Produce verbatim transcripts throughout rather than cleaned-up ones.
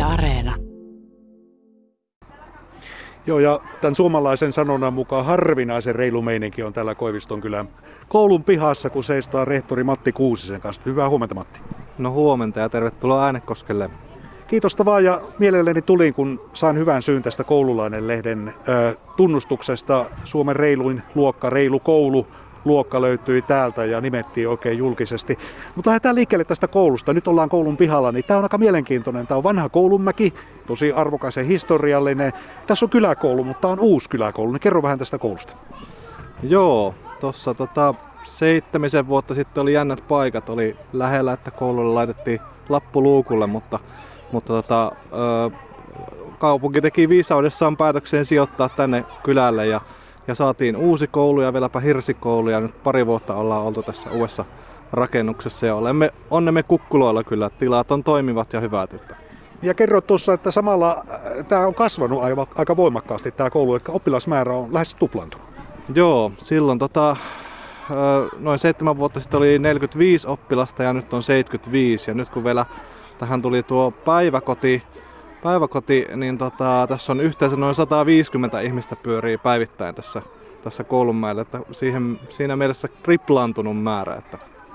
Yle Areena. Joo, ja tämän suomalaisen sanonnan mukaan harvinaisen reilu meininki on täällä Koiviston kylän koulun pihassa, kun seistaa rehtori Matti Kuusisen kanssa. Hyvää huomenta, Matti. No huomenta ja tervetuloa Äänekoskelle. Kiitos vaan, ja mielelläni tulin, kun sain hyvän syyn tästä Koululainen-lehden ö, tunnustuksesta. Suomen reiluin luokka, reilu koulu. Luokka löytyi täältä ja nimettiin oikein julkisesti. Mutta lähdetään liikkeelle tästä koulusta. Nyt ollaan koulun pihalla, niin tämä on aika mielenkiintoinen. Tämä on vanha koulunmäki, tosi arvokas ja historiallinen. Tässä on kyläkoulu, mutta tämä on uusi kyläkoulu. Niin kerro vähän tästä koulusta. Joo, tuossa tota, seitsemisen vuotta sitten oli jännät paikat. Oli lähellä, että koululle laitettiin lappu luukulle, mutta, mutta tota, ö, kaupunki teki viisaudessaan päätökseen sijoittaa tänne kylälle. Ja Ja saatiin uusi koulu ja vieläpä hirsikoulu ja nyt pari vuotta ollaan oltu tässä uudessa rakennuksessa ja olemme onnemme kukkuloilla kyllä. Tilat on toimivat ja hyvät. Että. Ja kerroit tuossa, että samalla tämä on kasvanut aika voimakkaasti tämä koulu, eli oppilasmäärä on lähes tuplantunut. Joo, silloin tota, noin seitsemän vuotta sitten oli neljäkymmentäviisi oppilasta ja nyt on seitsemänkymmentäviisi. Ja nyt kun vielä tähän tuli tuo päiväkoti, Päiväkoti, niin tota, tässä on yhteensä noin sata viisikymmentä ihmistä pyörii päivittäin tässä, tässä koulunmäellä, että siihen, siinä mielessä triplaantunut määrä. Että.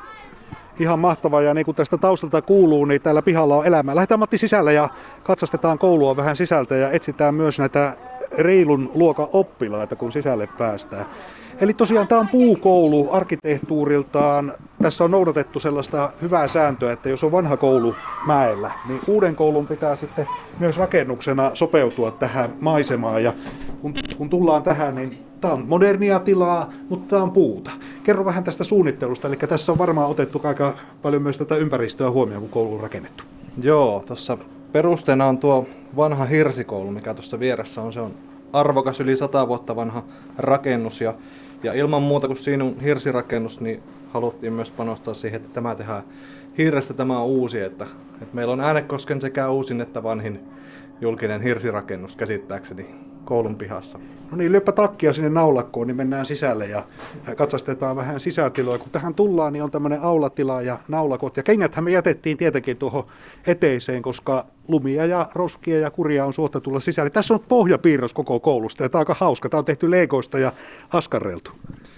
Ihan mahtavaa, ja niin kuin tästä taustalta kuuluu, niin täällä pihalla on elämää. Lähdetään Matti sisälle ja katsastetaan koulua vähän sisältä ja etsitään myös näitä reilun luokan oppilaita, kun sisälle päästään. Eli tosiaan tämä on puukoulu arkkitehtuuriltaan. Tässä on noudatettu sellaista hyvää sääntöä, että jos on vanha koulu mäellä, niin uuden koulun pitää sitten myös rakennuksena sopeutua tähän maisemaan. Ja kun, kun tullaan tähän, niin tämä on modernia tilaa, mutta tämä on puuta. Kerro vähän tästä suunnittelusta. Eli tässä on varmaan otettu aika paljon myös tätä ympäristöä huomioon, kun koulu on rakennettu. Joo, tuossa perusteena on tuo vanha hirsikoulu, mikä tuossa vieressä on. Se on arvokas yli sata vuotta vanha rakennus. Ja Ja ilman muuta, kun siinä on hirsirakennus, niin haluttiin myös panostaa siihen, että tämä tehdään hirrestä, tämä on uusi. Että, että meillä on Äänekosken sekä uusin että vanhin julkinen hirsirakennus käsittääkseni koulun pihassa. No niin, lyöpä takkia sinne naulakkoon, niin mennään sisälle ja katsastetaan vähän sisätiloja. Kun tähän tullaan, niin on tämmöinen aulatila ja naulakot. Ja kengäthän me jätettiin tietenkin tuohon eteiseen, koska lumia ja roskia ja kuria on suotta tulla sisään. Tässä on pohjapiirros koko koulusta ja tämä on aika hauska. Tämä on tehty leikoista ja askarreltu.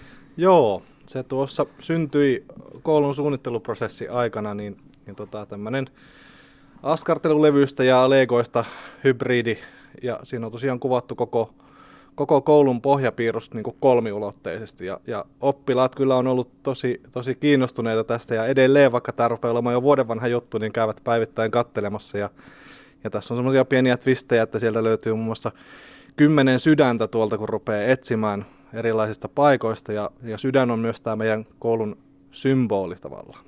Joo, se tuossa syntyi koulun suunnitteluprosessi aikana, niin, niin tota, tämmöinen askartelulevystä ja leikoista hybridi. Ja siinä on tosiaan kuvattu koko, koko koulun pohjapiirros niin kuin kolmiulotteisesti. Ja, ja oppilaat kyllä on ollut tosi, tosi kiinnostuneita tästä. Ja edelleen, vaikka tämä rupeaa olemaan jo vuoden vanha juttu, niin käyvät päivittäin kattelemassa. Ja, ja tässä on semmoisia pieniä twistejä, että sieltä löytyy muun muassa kymmenen sydäntä tuolta, kun rupeaa etsimään erilaisista paikoista. Ja, ja sydän on myös tämä meidän koulun symboli tavallaan.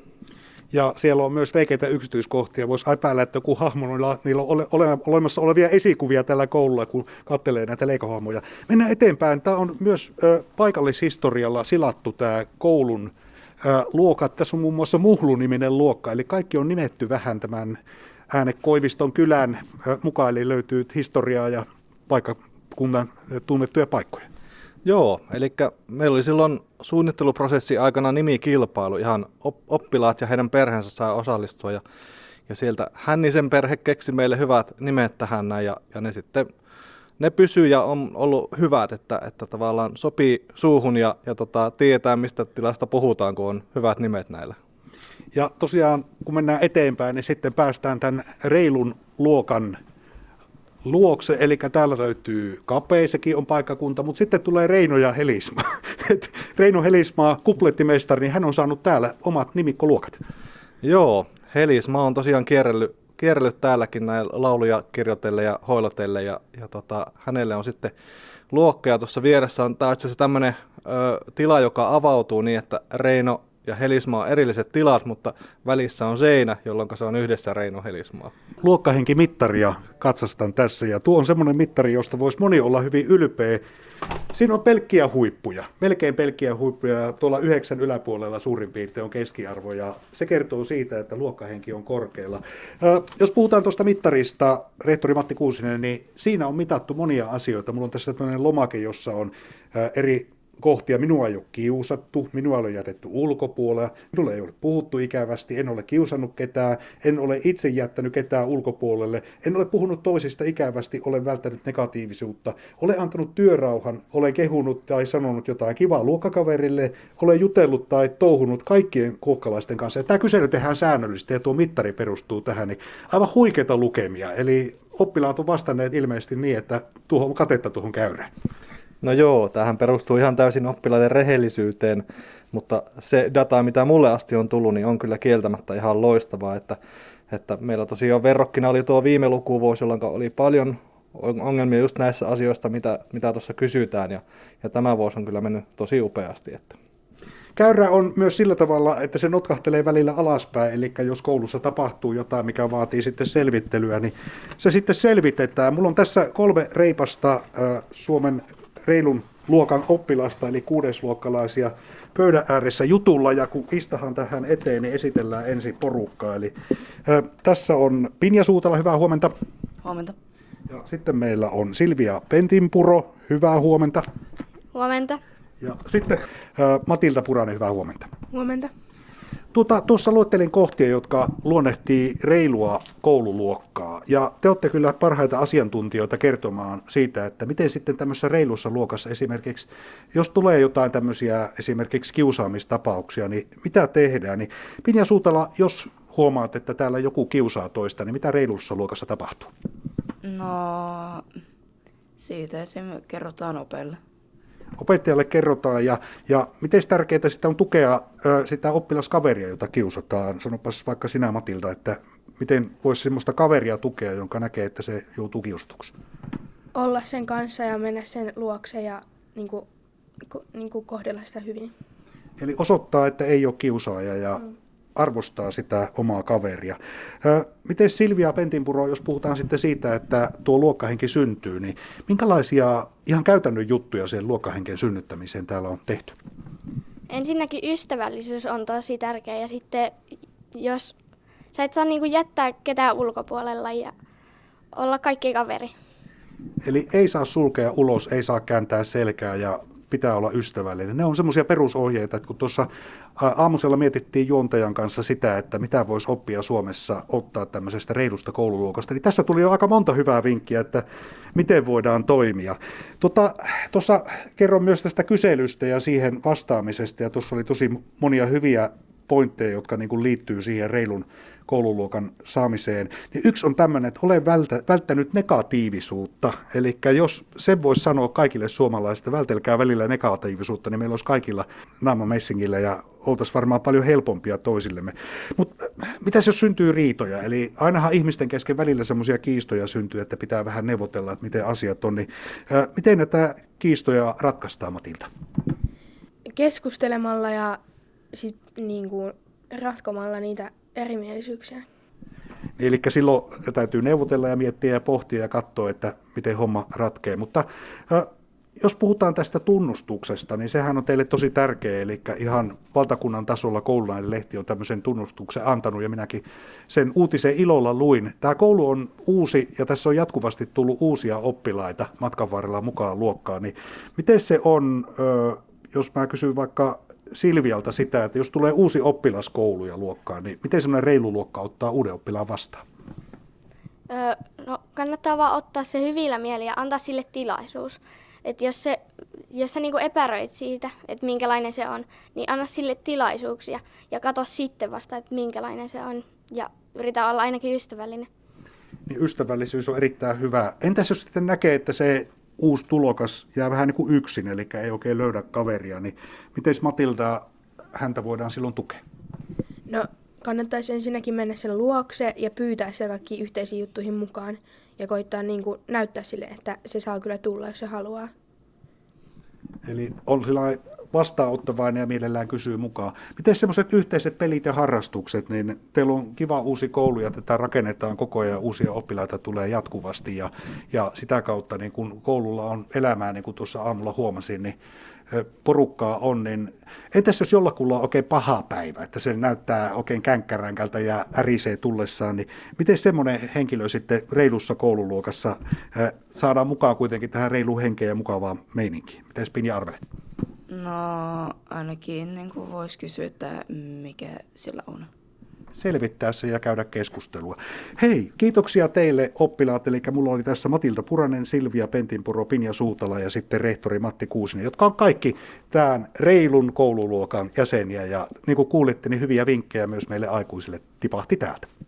Ja siellä on myös veikeitä yksityiskohtia. Voisi epäillä, että joku hahmo, niillä on ole, ole, olemassa olevia esikuvia tällä koululla, kun katselee näitä leikohahmoja. Mennään eteenpäin. Tämä on myös ö, paikallishistorialla silattu tämä koulun ö, luokat. Tässä on muun muassa Muhlu-niminen luokka, eli kaikki on nimetty vähän tämän Äänekoiviston kylän ö, mukaan, eli löytyy historiaa ja paikkakunnan tunnettuja paikkoja. Joo, eli meillä oli silloin suunnitteluprosessi aikana nimikilpailu, ihan oppilaat ja heidän perheensä saa osallistua ja, ja sieltä Hännisen perhe keksi meille hyvät nimet tähän näin ja, ja ne sitten, ne pysyy ja on ollut hyvät, että, että tavallaan sopii suuhun ja, ja tota, tietää mistä tilasta puhutaan, kun on hyvät nimet näillä. Ja tosiaan kun mennään eteenpäin, niin sitten päästään tämän reilun luokan luokse, eli täällä löytyy Kapea, sekin on paikkakunta, mutta sitten tulee Reino ja Helismaa. Reino Helismaa, kuplettimestari, niin hän on saanut täällä omat nimikkoluokat. Joo, Helismaa on tosiaan kierrellyt, kierrellyt täälläkin näin lauluja kirjoitelle ja hoilotelle, ja, ja tota, hänelle on sitten luokka, ja tuossa vieressä on itse asiassa tämmöinen ö, tila, joka avautuu niin, että Reino ja Helismaa on erilliset tilat, mutta välissä on seinä, jolloin se on yhdessä Reino Helismaa. Luokkahenkimittaria katsastan tässä, ja tuo on semmoinen mittari, josta voisi moni olla hyvin ylpeä. Siinä on pelkkiä huippuja, melkein pelkkiä huippuja, ja tuolla yhdeksän yläpuolella suurin piirtein on keskiarvo, ja se kertoo siitä, että luokkahenki on korkealla. Äh, jos puhutaan tuosta mittarista, rehtori Matti Kuusinen, niin siinä on mitattu monia asioita. Mulla on tässä tämmöinen lomake, jossa on äh, eri kohtia. Minua ei ole kiusattu, minua ei ole jätetty ulkopuolella, minulle ei ole puhuttu ikävästi, en ole kiusannut ketään, en ole itse jättänyt ketään ulkopuolelle, en ole puhunut toisista ikävästi, olen välttänyt negatiivisuutta, olen antanut työrauhan, olen kehunut tai sanonut jotain kivaa luokkakaverille, olen jutellut tai touhunut kaikkien luokkalaisten kanssa. Ja tämä kysely tehdään säännöllisesti ja tuo mittari perustuu tähän, niin aivan huikeita lukemia. Eli oppilaat on vastanneet ilmeisesti niin, että tuohon katetta tuohon käyrään. No joo, tähän perustuu ihan täysin oppilaiden rehellisyyteen, mutta se data, mitä mulle asti on tullut, niin on kyllä kieltämättä ihan loistavaa, että, että meillä tosiaan verrokkina oli tuo viime lukuvuosi, jolloin oli paljon ongelmia just näissä asioista, mitä, mitä tuossa kysytään, ja, ja tämä vuosi on kyllä mennyt tosi upeasti. Että. Käyrä on myös sillä tavalla, että se notkahtelee välillä alaspäin, eli jos koulussa tapahtuu jotain, mikä vaatii sitten selvittelyä, niin se sitten selvitetään. Mulla on tässä kolme reipasta äh, Suomen reilun luokan oppilasta, eli kuudesluokkalaisia pöydän ääressä jutulla, ja kun istahan tähän eteen, niin esitellään ensin porukkaa. Eli äh, tässä on Pinja Suutala, hyvää huomenta. Huomenta. Ja sitten meillä on Silvia Pentinpuro, hyvää huomenta. Huomenta. Ja sitten äh, Matilda Puranen, hyvää huomenta. Huomenta. Tuota, tuossa luettelin kohtia, jotka luonnehtii reilua koululuokkaa. Ja te olette kyllä parhaita asiantuntijoita kertomaan siitä, että miten sitten tämmöisessä reilussa luokassa esimerkiksi, jos tulee jotain tämmöisiä esimerkiksi kiusaamistapauksia, niin mitä tehdään? Niin Pinja Suutala, jos huomaat, että täällä joku kiusaa toista, niin mitä reilussa luokassa tapahtuu? No, siitä esim. Kerrotaan opelle. Opettajalle kerrotaan, ja, ja miten tärkeää sitä on tukea ö, sitä oppilaskaveria, jota kiusataan. Sanopas vaikka sinä, Matilda, että miten voisi semmoista kaveria tukea, jonka näkee, että se joutuu kiusatuksi? Olla sen kanssa ja mennä sen luokse ja niin kuin, ko, niin kuin kohdella sitä hyvin. Eli osoittaa, että ei ole kiusaaja ja mm. arvostaa sitä omaa kaveria. Ö, miten Silvia Pentinpuro, jos puhutaan sitten siitä, että tuo luokkahenki syntyy, niin minkälaisia ihan käytännön juttuja sen luokkahenken synnyttämiseen täällä on tehty? Ensinnäkin ystävällisyys on tosi tärkeä, ja sitten jos sä et saa niinku jättää ketään ulkopuolella ja olla kaikki kaveri. Eli ei saa sulkea ulos, ei saa kääntää selkää ja pitää olla ystävällinen. Ne on semmoisia perusohjeita, että kun tuossa aamusella mietittiin juontajan kanssa sitä, että mitä voisi oppia Suomessa ottaa tämmöisestä reilusta koululuokasta, niin tässä tuli jo aika monta hyvää vinkkiä, että miten voidaan toimia. Tuossa tota, kerron myös tästä kyselystä ja siihen vastaamisesta, ja tuossa oli tosi monia hyviä pointteja, jotka niin kuin liittyy siihen reilun koululuokan saamiseen. Niin yksi on tämmöinen, että olen vältä, välttänyt negatiivisuutta. Eli jos sen voisi sanoa kaikille suomalaisille, vältelkää välillä negatiivisuutta, niin meillä olisi kaikilla naama messingillä ja oltaisiin varmaan paljon helpompia toisillemme. Mutta mitäs jos syntyy riitoja? Eli ainahan ihmisten kesken välillä semmoisia kiistoja syntyy, että pitää vähän neuvotella, että miten asiat on. Niin, ää, miten näitä kiistoja ratkaistaan, Matilda? Keskustelemalla ja sit, niin kuin, ratkomalla niitä erimielisyyksiä. Eli silloin täytyy neuvotella ja miettiä ja pohtia ja katsoa, että miten homma ratkee. Mutta äh, jos puhutaan tästä tunnustuksesta, niin sehän on teille tosi tärkeä. Eli ihan valtakunnan tasolla Koululainen lehti on tämmöisen tunnustuksen antanut ja minäkin sen uutisen ilolla luin. Tämä koulu on uusi ja tässä on jatkuvasti tullut uusia oppilaita matkan varrella mukaan luokkaan. Niin miten se on, äh, jos mä kysyn vaikka Silvialta sitä, että jos tulee uusi oppilas kouluun ja luokkaan, niin miten semmoinen reilu luokka ottaa uuden oppilaan vastaan? Öö, no, kannattaa vaan ottaa se hyvillä mieli ja antaa sille tilaisuus. Et jos, se, jos sä niinku epäröit siitä, että minkälainen se on, niin anna sille tilaisuuksia ja katso sitten vasta, että minkälainen se on. Ja yritä olla ainakin ystävällinen. Niin ystävällisyys on erittäin hyvä. Entäs jos sitten näkee, että se uusi tulokas jää vähän niin kuin yksin, eli ei oikein löydä kaveria, niin miten Matilda häntä voidaan silloin tukea? No, kannattaisi ensinnäkin mennä sen luokse ja pyytää se kaikki yhteisiin juttuihin mukaan ja koittaa niin kuin näyttää sille, että se saa kyllä tulla, jos se haluaa. Eli on sillä vastaanottavainen ja mielellään kysyy mukaan. Miten semmoiset yhteiset pelit ja harrastukset, niin teillä on kiva uusi koulu ja tätä rakennetaan koko ajan, uusia oppilaita tulee jatkuvasti ja, ja sitä kautta niin kun koululla on elämää, niin kuin tuossa aamulla huomasin, niin porukkaa on, niin entäs jos jollakulla on oikein paha päivä, että se näyttää oikein känkkäränkältä ja ärisee tullessaan, niin miten semmoinen henkilö sitten reilussa koululuokassa saadaan mukaan kuitenkin tähän reiluun henkeen ja mukavaan meininkiin? Miten Pinja arvelet? No ainakin niin voisi kysyä, että mikä sillä on. Selvittää se ja käydä keskustelua. Hei, kiitoksia teille oppilaat. Eli mulla oli tässä Matilda Puranen, Silvia Pentinpuro, Pinja Suutala ja sitten rehtori Matti Kuusinen, jotka on kaikki tämän reilun koululuokan jäseniä. Ja niin kuin kuulitte, niin hyviä vinkkejä myös meille aikuisille tipahti täältä.